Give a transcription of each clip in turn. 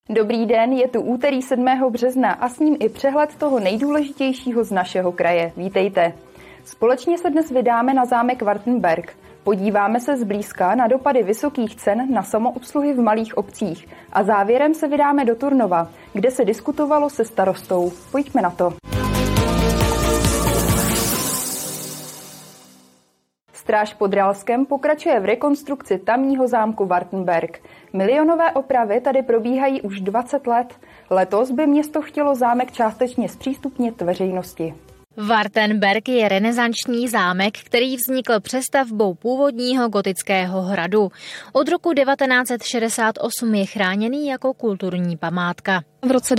Dobrý den, je tu úterý 7. března a s ním i přehled toho nejdůležitějšího z našeho kraje. Vítejte. Společně se dnes vydáme na zámek Wartenberg. Podíváme se zblízka na dopady vysokých cen na samoobsluhy v malých obcích a závěrem se vydáme do Turnova, kde se diskutovalo se starostou. Pojďme na to. Stráž pod Ralskem pokračuje v rekonstrukci tamního zámku Wartenberg. Milionové opravy tady probíhají už 20 let. Letos by město chtělo zámek částečně zpřístupnit veřejnosti. Wartenberg je renesanční zámek, který vznikl přestavbou původního gotického hradu. Od roku 1968 je chráněný jako kulturní památka. V roce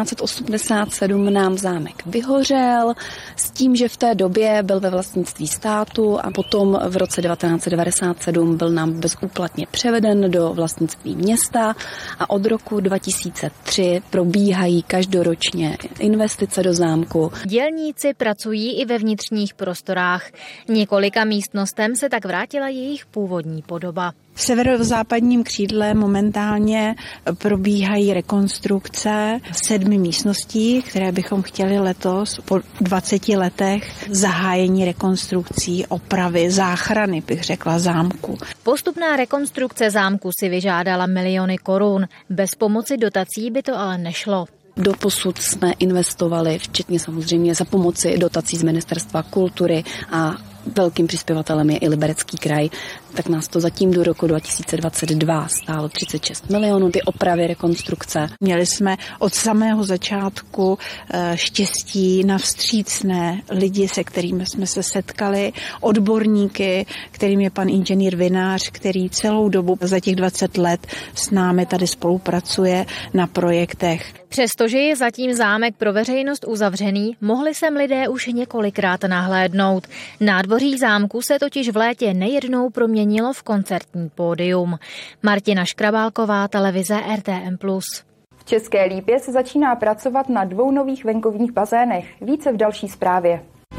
1987 nám zámek vyhořel s tím, že v té době byl ve vlastnictví státu a potom v roce 1997 byl nám bezúplatně převeden do vlastnictví města a od roku 2003 probíhají každoročně investice do zámku. Dělníci pracují i ve vnitřních prostorách. Několika místnostem se tak vrátila jejich původní podoba. V severozápadním křídle momentálně probíhají rekonstrukce 7 místností, které bychom chtěli letos po 20 letech zahájení rekonstrukcí, opravy, záchrany, bych řekla, zámku. Postupná rekonstrukce zámku si vyžádala miliony korun. Bez pomoci dotací by to ale nešlo. Doposud jsme investovali, včetně samozřejmě za pomoci dotací z Ministerstva kultury a velkým přispěvatelem je i Liberecký kraj, tak nás to zatím do roku 2022 stálo 36 milionů, ty opravy, rekonstrukce. Měli jsme od samého začátku štěstí na vstřícné lidi, se kterými jsme se setkali, odborníky, kterým je pan inženýr Vinář, který celou dobu za těch 20 let s námi tady spolupracuje na projektech. Přestože je zatím zámek pro veřejnost uzavřený, mohli sem lidé už několikrát nahlédnout. Nádvoří zámku se totiž v létě nejednou proměnilo v koncertní pódium. Martina Škrabálková, televize RTM+. V České Lípě se začíná pracovat na 2 nových venkovních bazénech. Více v další zprávě.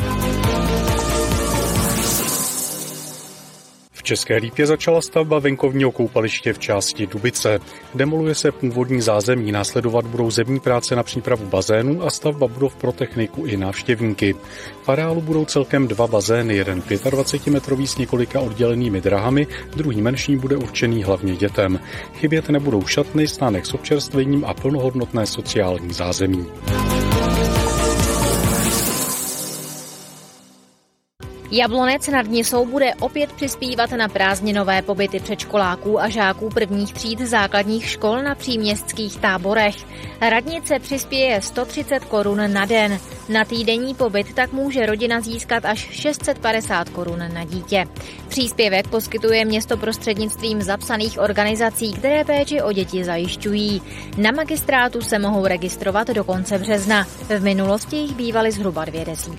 V České Lípě začala stavba venkovního koupaliště v části Dubice. Demoluje se původní zázemí, následovat budou zemní práce na přípravu bazénu a stavba budov pro techniku i návštěvníky. V areálu budou celkem 2 bazény, jeden 25-metrový s několika oddělenými drahami, druhý menší bude určený hlavně dětem. Chybět nebudou šatny, stánek s občerstvením a plnohodnotné sociální zázemí. Jablonec nad Nisou bude opět přispívat na prázdninové pobyty předškoláků a žáků prvních tříd základních škol na příměstských táborech. Radnice přispěje 130 korun na den. Na týdenní pobyt tak může rodina získat až 650 korun na dítě. Příspěvek poskytuje město prostřednictvím zapsaných organizací, které péči o děti zajišťují. Na magistrátu se mohou registrovat do konce března. V minulosti jich bývaly zhruba 20.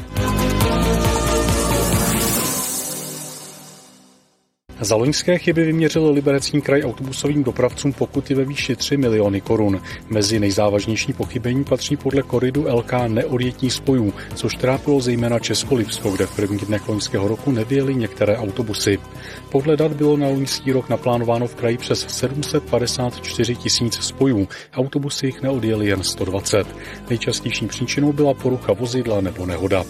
Za loňské chyby vyměřil Liberecký kraj autobusovým dopravcům pokuty ve výši 3 miliony korun. Mezi nejzávažnější pochybení patří podle koridu LK neodjetí spojů, což trápilo zejména Českolipsko, kde v prvních dnech loňského roku nevyjeli některé autobusy. Podle dat bylo na loňský rok naplánováno v kraji přes 754 000 spojů. Autobusy jich neodjeli jen 120. Nejčastější příčinou byla porucha vozidla nebo nehoda.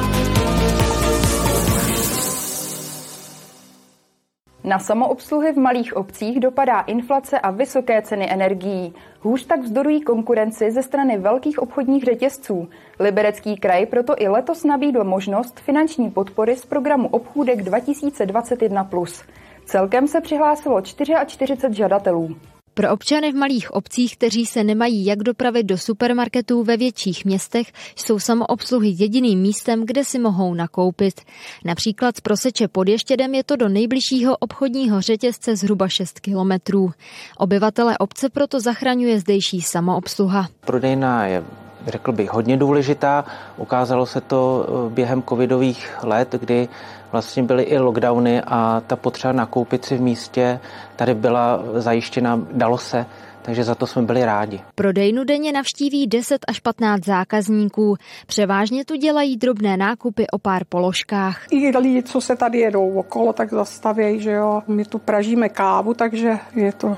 Na samoobsluhy v malých obcích dopadá inflace a vysoké ceny energií. Hůř tak vzdorují konkurenci ze strany velkých obchodních řetězců. Liberecký kraj proto i letos nabídl možnost finanční podpory z programu Obchůdek 2021+. Celkem se přihlásilo 44 žadatelů. Pro občany v malých obcích, kteří se nemají jak dopravit do supermarketů ve větších městech, jsou samoobsluhy jediným místem, kde si mohou nakoupit. Například z Proseče pod Ještědem je to do nejbližšího obchodního řetězce zhruba 6 kilometrů. Obyvatele obce proto zachraňuje zdejší samoobsluha. Prodejna je, řekl bych, hodně důležitá. Ukázalo se to během covidových let, kdy vlastně byly i lockdowny a ta potřeba nakoupit si v místě tady byla zajištěna, dalo se, takže za to jsme byli rádi. Prodejnu denně navštíví 10 až 15 zákazníků. Převážně tu dělají drobné nákupy o pár položkách. I lidi, co se tady jedou okolo, tak zastavějí, že jo. My tu pražíme kávu, takže je to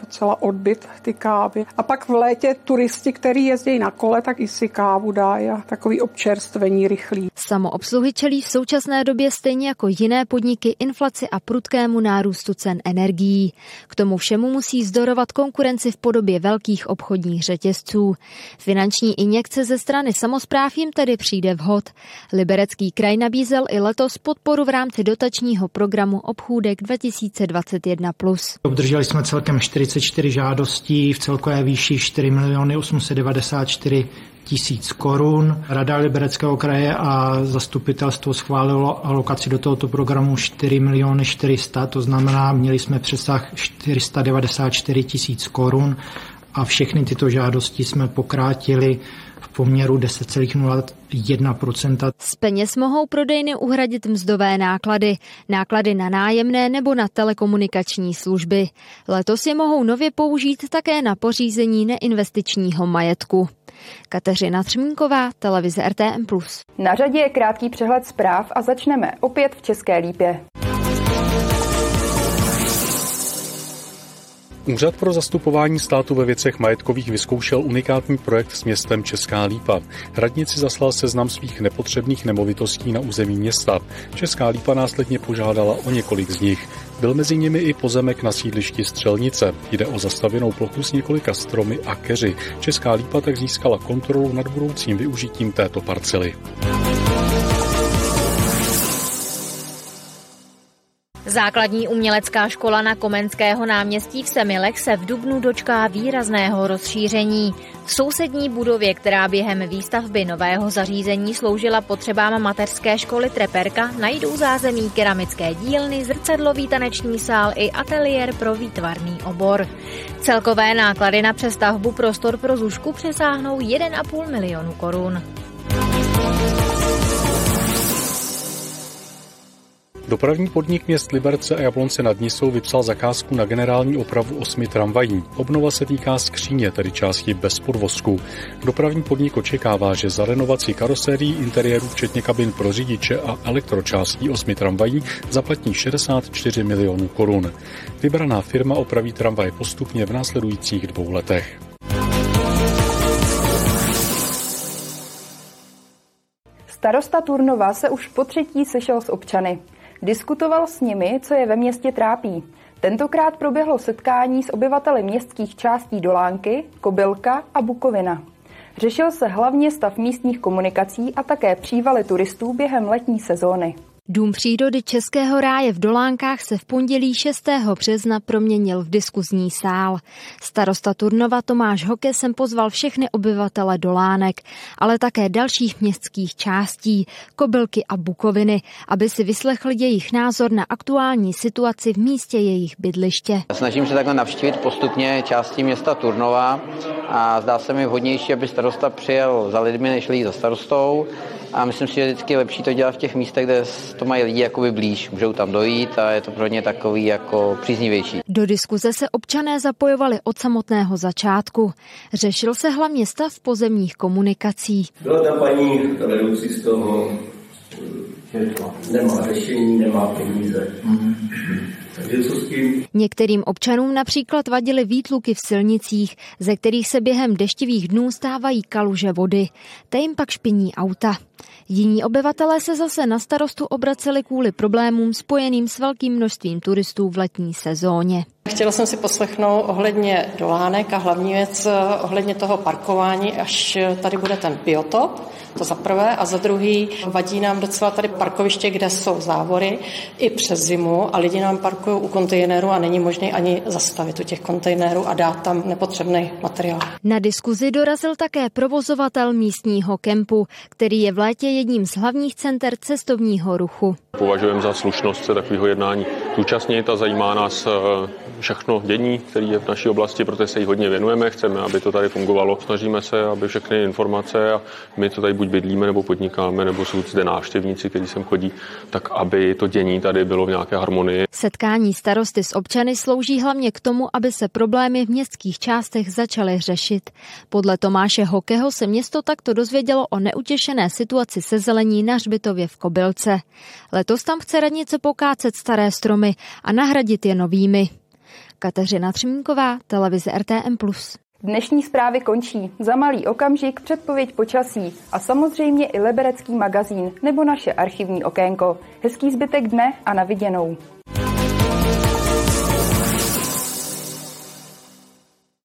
docela odbyt ty kávy. A pak v létě turisti, kteří jezdí na kole, tak i si kávu dají a takový občerstvení rychlý. Samoobsluhy čelí v současné době stejně jako jiné podniky inflaci a prudkému nárůstu cen energií. K tomu všemu musí vzdorovat konkurenci v podobě velkých obchodních řetězců. Finanční injekce ze strany samospráv jim tedy přijde vhod. Liberecký kraj nabízel i letos podporu v rámci dotačního programu Obchůdek 2021+. Obdrželi jsme celkem 44 žádostí v celkové výši 4 894 000 korun. Rada Libereckého kraje a zastupitelstvo schválilo alokaci do tohoto programu 4 400 000, to znamená, měli jsme přesah 494 000 korun a všechny tyto žádosti jsme pokrátili v poměru 10,01%. Z peněz mohou prodejny uhradit mzdové náklady, náklady na nájemné nebo na telekomunikační služby. Letos je mohou nově použít také na pořízení neinvestičního majetku. Kateřina Třmínková, televize RTM+. Na řadě je krátký přehled zpráv a začneme opět v České Lípě. Úřad pro zastupování státu ve věcech majetkových vyzkoušel unikátní projekt s městem Česká Lípa. Radnici zaslal seznam svých nepotřebných nemovitostí na území města. Česká Lípa následně požádala o několik z nich. Byl mezi nimi i pozemek na sídlišti Střelnice. Jde o zastavěnou plochu s několika stromy a keři. Česká Lípa tak získala kontrolu nad budoucím využitím této parcely. Základní umělecká škola na Komenského náměstí v Semilech se v dubnu dočká výrazného rozšíření. V sousední budově, která během výstavby nového zařízení sloužila potřebám mateřské školy Treperka, najdou zázemí keramické dílny, zrcadlový taneční sál i ateliér pro výtvarný obor. Celkové náklady na přestavbu prostor pro Zušku přesáhnou 1,5 milionu korun. Dopravní podnik měst Liberce a Jablonce nad Nisou vypsal zakázku na generální opravu 8 tramvají. Obnova se týká skříně, tedy části bez podvozku. Dopravní podnik očekává, že za renovaci karosérií, interiérů včetně kabin pro řidiče a elektročástí 8 tramvají zaplatí 64 milionů korun. Vybraná firma opraví tramvaje postupně v následujících 2 letech. Starosta Turnova se už potřetí sešel s občany. Diskutoval s nimi, co je ve městě trápí. Tentokrát proběhlo setkání s obyvateli městských částí Dolánky, Kobylka a Bukovina. Řešil se hlavně stav místních komunikací a také přívaly turistů během letní sezóny. Dům přírody Českého ráje v Dolánkách se v pondělí 6. března proměnil v diskuzní sál. Starosta Turnova Tomáš Hoke sem pozval všechny obyvatele Dolánek, ale také dalších městských částí, Kobylky a Bukoviny, aby si vyslechli jejich názor na aktuální situaci v místě jejich bydliště. Snažím se takhle navštívit postupně části města Turnova a zdá se mi vhodnější, aby starosta přijel za lidmi, než jít za starostou. A myslím si, že vždycky je lepší to dělat v těch místech, kde to mají lidi jakoby blíž. Můžou tam dojít a je to pro ně takový jako příznivější. Do diskuze se občané zapojovali od samotného začátku. Řešil se hlavně stav pozemních komunikací. Byla ta paní vedoucí z toho, že nemá řešení, nemá peníze. Takže co s tím? Některým občanům například vadily výtluky v silnicích, ze kterých se během deštivých dnů stávají kaluže vody. Té jim pak špiní auta. Jiní obyvatelé se zase na starostu obraceli kvůli problémům spojeným s velkým množstvím turistů v letní sezóně. Chtěla jsem si poslechnout ohledně Dolánek a hlavní věc ohledně toho parkování, až tady bude ten biotop, to za prvé, a za druhý vadí nám docela tady parkoviště, kde jsou závory i přes zimu a lidi nám parkují u kontejnerů a není možné ani zastavit u těch kontejnerů a dát tam nepotřebný materiál. Na diskuzi dorazil také provozovatel místního kempu, který je v létě jedním z hlavních center cestovního ruchu. Považujeme za slušnost se takového jednání zúčastnit a zajímá nás všechno dění, který je v naší oblasti, protože se jí hodně věnujeme, chceme, aby to tady fungovalo. Snažíme se, aby všechny informace a my, co tady buď bydlíme, nebo podnikáme, nebo jsou zde návštěvníci, kteří sem chodí, tak aby to dění tady bylo v nějaké harmonii. Setkání starosty s občany slouží hlavně k tomu, aby se problémy v městských částech začaly řešit. Podle Tomáše Hokeho se město takto dozvědělo o neutěšené situaci se zelení na hřbitově v Kobylce. Letos tam chce radnice pokácet staré stromy a nahradit je novými. Kateřina Třmínková, televize RTM+. Dnešní zprávy končí. Za malý okamžik předpověď počasí a samozřejmě i Liberecký magazín nebo naše archivní okénko. Hezký zbytek dne a na viděnou.